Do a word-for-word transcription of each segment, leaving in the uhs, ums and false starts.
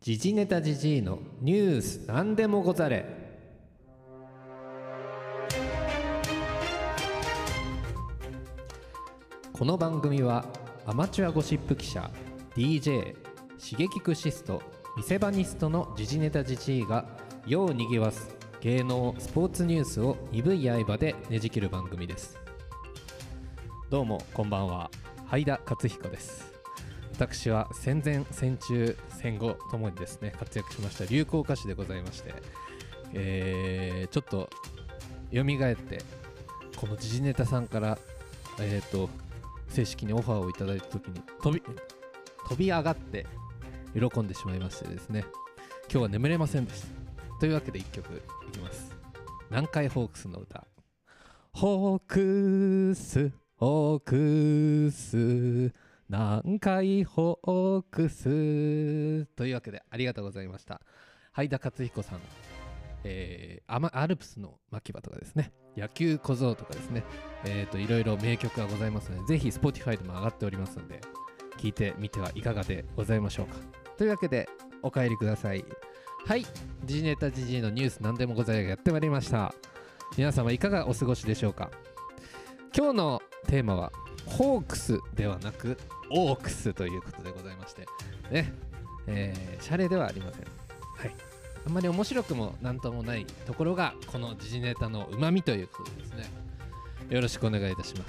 時事ネタじじいのニュースなんでもござれ。この番組はアマチュアゴシップ記者 ディージェー 刺激クシスト見せ場ニストの時事ネタじじいが世をにぎわす芸能スポーツニュースを鈍い刃でねじ切る番組です。どうもこんばんは、はいだ勝彦です。私は戦前戦中戦後ともにですね活躍しました流行歌手でございまして、えー、ちょっと蘇ってこの時事ネタさんからえーと正式にオファーをいただいた時に飛び飛び上がって喜んでしまいましてですね、今日は眠れませんでした。というわけでいっきょくいきます。南海ホークスの歌、ホークスホークス南海ホークスというわけでありがとうございました。はいだ勝彦さん、えー、ア, マアルプスの牧場とかですね、野球小僧とかですね、えーといろいろ名曲がございますので、ぜひ Spotify でも上がっておりますので聞いてみてはいかがでございましょうか。というわけでお帰りください。はい、時事ネタじじいのニュースなんでもございがやってまいりました。皆様いかがお過ごしでしょうか。今日のテーマはホークスではなくオークスということでございましてね、えー、シャレではありません。はい、あんまり面白くもなんともないところがこの時事ネタのうまみということでですね、よろしくお願いいたします。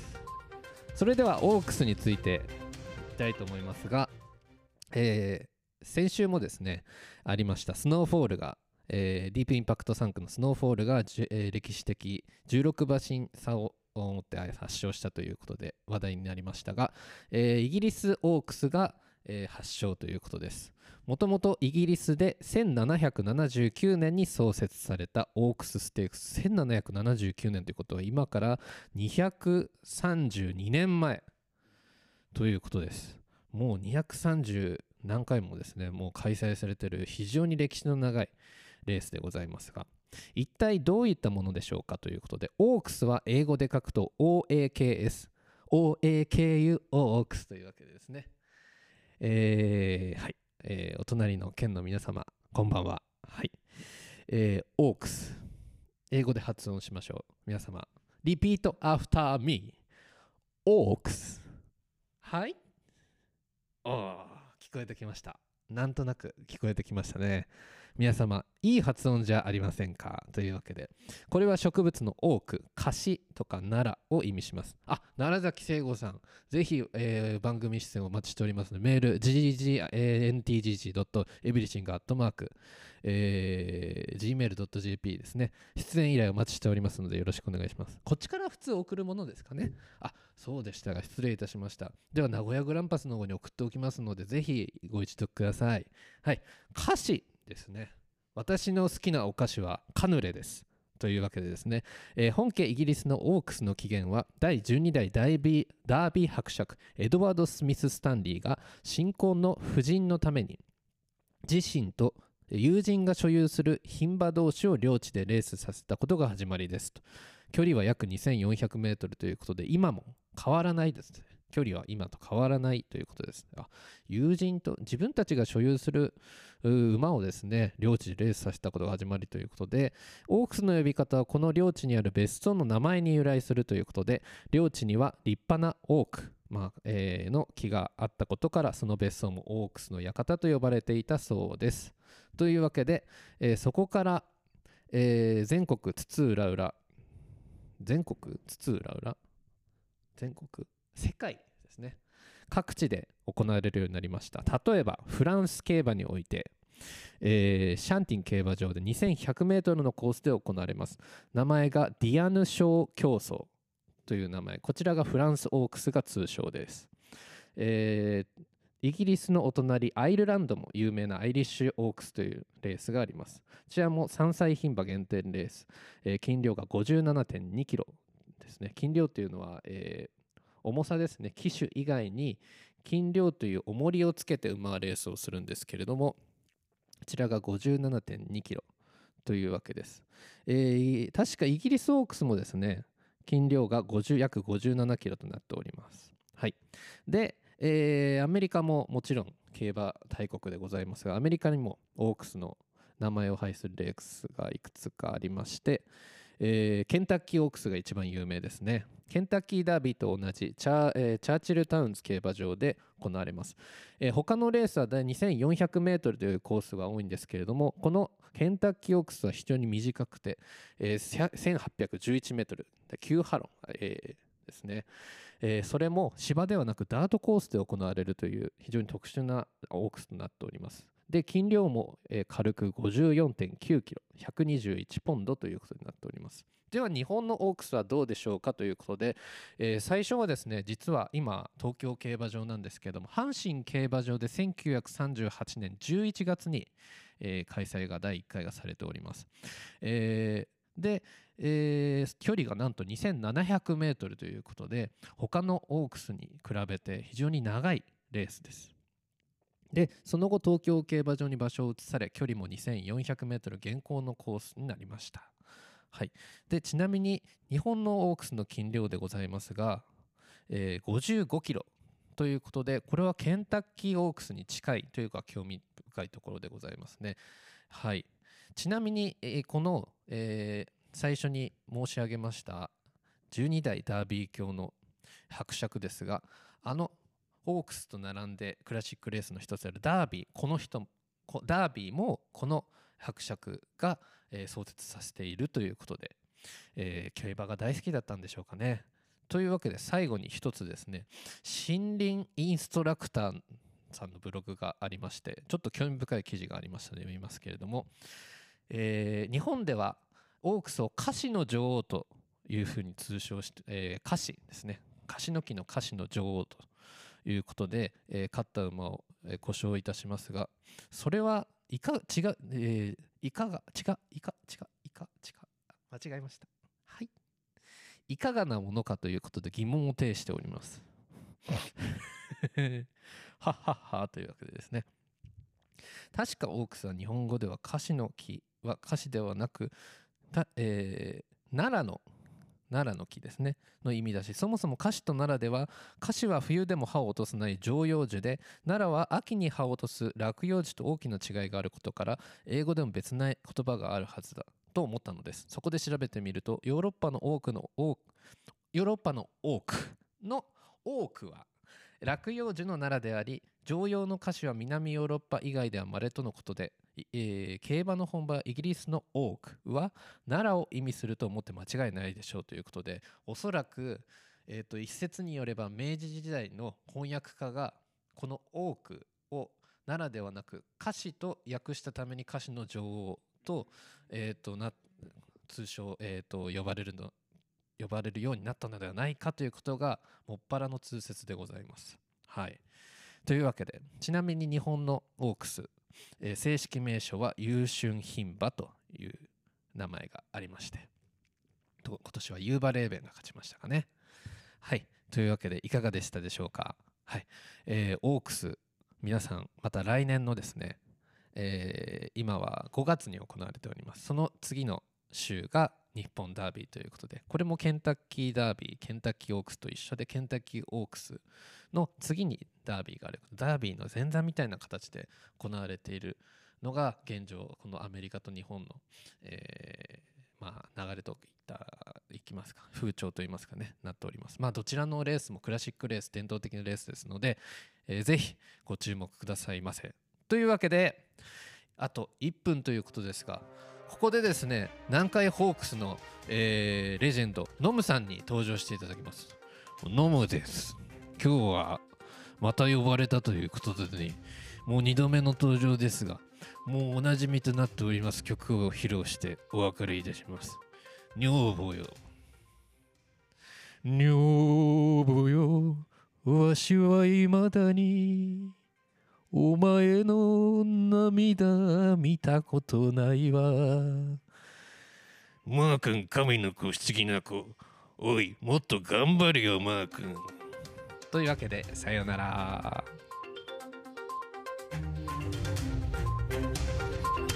それではオークスについていきたいと思いますが、えー先週もですねありましたスノーフォールが、えー、ディープインパクトさん区のスノーフォールが、えー、歴史的じゅうろくばし差を持って発症したということで話題になりましたが、えー、イギリスオークスが、えー、発祥ということです。もともとイギリスでせんななひゃくななじゅうきゅうねんに創設されたオークスステークス、せんななひゃくななじゅうきゅうねんということは今からにひゃくさんじゅうにねんまえということです。もうにひゃくさんじゅう何回もですねもう開催されている非常に歴史の長いレースでございますが、一体どういったものでしょうかということで、オークスは英語で書くと オーエーケーエス オーエーケーユー オークスというわけでですね、えー、はい、えー、お隣の県の皆様こんばんは。はい、えー、オークス英語で発音しましょう。皆様 Repeat after me オークス。はい、おー、聞こえてきました。なんとなく聞こえてきましたね。皆様いい発音じゃありませんか。というわけでこれは植物のオーク、カシとか奈良を意味します。あ、奈良崎聖吾さん、ぜひ、えー、番組出演をお待ちしておりますので、メール ジージーエヌティージージードットエブリシングアットマークジーメールドットジェーピー ですね。出演依頼お待ちしておりますのでよろしくお願いします。こっちから普通送るものですかね。あ、そうでしたが失礼いたしました。では名古屋グランパスの方に送っておきますのでぜひご一読ください。はい、菓子ですね。私の好きなお菓子はカヌレです。というわけでですね、えー、本家イギリスのオークスの起源はだいじゅうにだいダービー、ダービー伯爵エドワード・スミス・スタンリーが新婚の夫人のために自身と友人が所有する牝馬同士を領地でレースさせたことが始まりですと。距離は約にせんよんひゃくメートルということで今も変わらないですね。距離は今と変わらないということです。あ、友人と自分たちが所有する馬をですね領地でレースさせたことが始まりということで、オークスの呼び方はこの領地にある別荘の名前に由来するということで、領地には立派なオーク、まあえー、の木があったことからその別荘もオークスの館と呼ばれていたそうです。というわけで、えー、そこから、えー、全国津々浦々全国津々浦々全国世界ですね各地で行われるようになりました。例えばフランス競馬において、えー、シャンティン競馬場でにせんひゃくメートルのコースで行われます。名前がディアヌショー競争という名前、こちらがフランスオークスが通称です。えー、イギリスのお隣アイルランドも有名なアイリッシュオークスというレースがあります。こちらもさんさい牝馬限定レース、えー、斤量が ごじゅうななてんにキロですね。斤量というのは、えー重さですね。騎手以外に斤量という重りをつけて馬はレースをするんですけれども、こちらが ごじゅうななてんにキロというわけです。えー、確かイギリスオークスもですね斤量が50約ごじゅうななキロとなっております。はい。で、えー、アメリカももちろん競馬大国でございますが、アメリカにもオークスの名前を拝するレースがいくつかありまして、えーケンタッキーオークスが一番有名ですね。ケンタッキーダービーと同じチャー、えーチャーチルタウンズ競馬場で行われます。えー他のレースはにせんよんひゃくメートルというコースが多いんですけれども、このケンタッキーオークスは非常に短くて、えーせんはっぴゃくじゅういちメートル、きゅうハロン、えーですね。えーそれも芝ではなくダートコースで行われるという非常に特殊なオークスとなっております。で、斤量も、えー軽く ごじゅうよんてんきゅうキロ、ひゃくにじゅういちポンドということになっております。では日本のオークスはどうでしょうかということで、えー最初はですね、実は今東京競馬場なんですけれども、阪神競馬場でせんきゅうひゃくさんじゅうはちねんじゅういちがつに、えー開催がだいいっかいがされております。えーで、えー距離がなんとにせんななひゃくメートルということで、他のオークスに比べて非常に長いレースです。で、その後東京競馬場に場所を移され、距離もにせんよんひゃくメートル現行のコースになりました。はい、でちなみに日本のオークスの斤量でございますが、えーごじゅうごキロということで、これはケンタッキーオークスに近いというか興味深いところでございますね。はい、ちなみに、えーこの、えー最初に申し上げましたじゅうにだいダービー卿の伯爵ですが、あのオークスと並んでクラシックレースの一つであるダービー、この人こダービーもこの伯爵が、えー創設させているということで、えー競馬が大好きだったんでしょうかね。というわけで最後に一つですね、森林インストラクターさんのブログがありまして、ちょっと興味深い記事がありましたので読みますけれども、えー日本ではオークスをカシの女王というふうに通称して、えー、カシですね、カシの木のカシの女王ということで、えー勝った馬を、えー、故障いたしますが、それはいか違う、えーいかが違ういか違ういか違う間違えました。はい、いかがなものかということで疑問を呈しておりますはっはっはというわけでですね、確かオークスは日本語ではカシの木はカシではなくた、えー奈良の奈良の木ですねの意味だし、そもそもカシと奈良では、カシは冬でも葉を落とさない常葉樹で、奈良は秋に葉を落とす落葉樹と大きな違いがあることから、英語でも別な言葉があるはずだと思ったのです。そこで調べてみると、ヨーロッパの多くのオークヨーロッパのオークのオークは落葉樹の奈良であり、常用のカシは南ヨーロッパ以外では稀とのことで、えー競馬の本場イギリスのオークは奈良を意味すると思って間違いないでしょうということで、おそらく、えー、と一説によれば明治時代の翻訳家がこのオークを奈良ではなくカシと訳したためにカシの女王と、えー、とな通称、えー、と呼ばれるの呼ばれるようになったのではないかということがもっぱらの通説でございます。はい、というわけで、ちなみに日本のオークス、えー正式名称は優春牝馬という名前がありまして、と今年はユーバレーベンが勝ちましたかね。はい、というわけでいかがでしたでしょうか。はい、えーオークス、皆さんまた来年のですね、えー今はごがつに行われております。その次の週が日本ダービーということで、これもケンタッキーダービー、ケンタッキーオークスと一緒で、ケンタッキーオークスの次にダービーがある、ダービーの前座みたいな形で行われているのが現状、このアメリカと日本の、えーまあ、流れといったいきますか、風潮といいますかね、なっております。まあどちらのレースもクラシックレース、伝統的なレースですので、えーぜひご注目くださいませ。というわけで、あといっぷんということですが、ここでですね、南海ホークスの、えーレジェンドノムさんに登場していただきます。ノムです。今日はまた呼ばれたということでね、もうにどめの登場ですが、もうおなじみとなっております曲を披露してお別れいたします。女房よ、女房よ、わしはいまだにお前の涙見たことないわ。マー君、神の子、不思議な子。おい、もっと頑張るよ、マー君。というわけで、さようなら。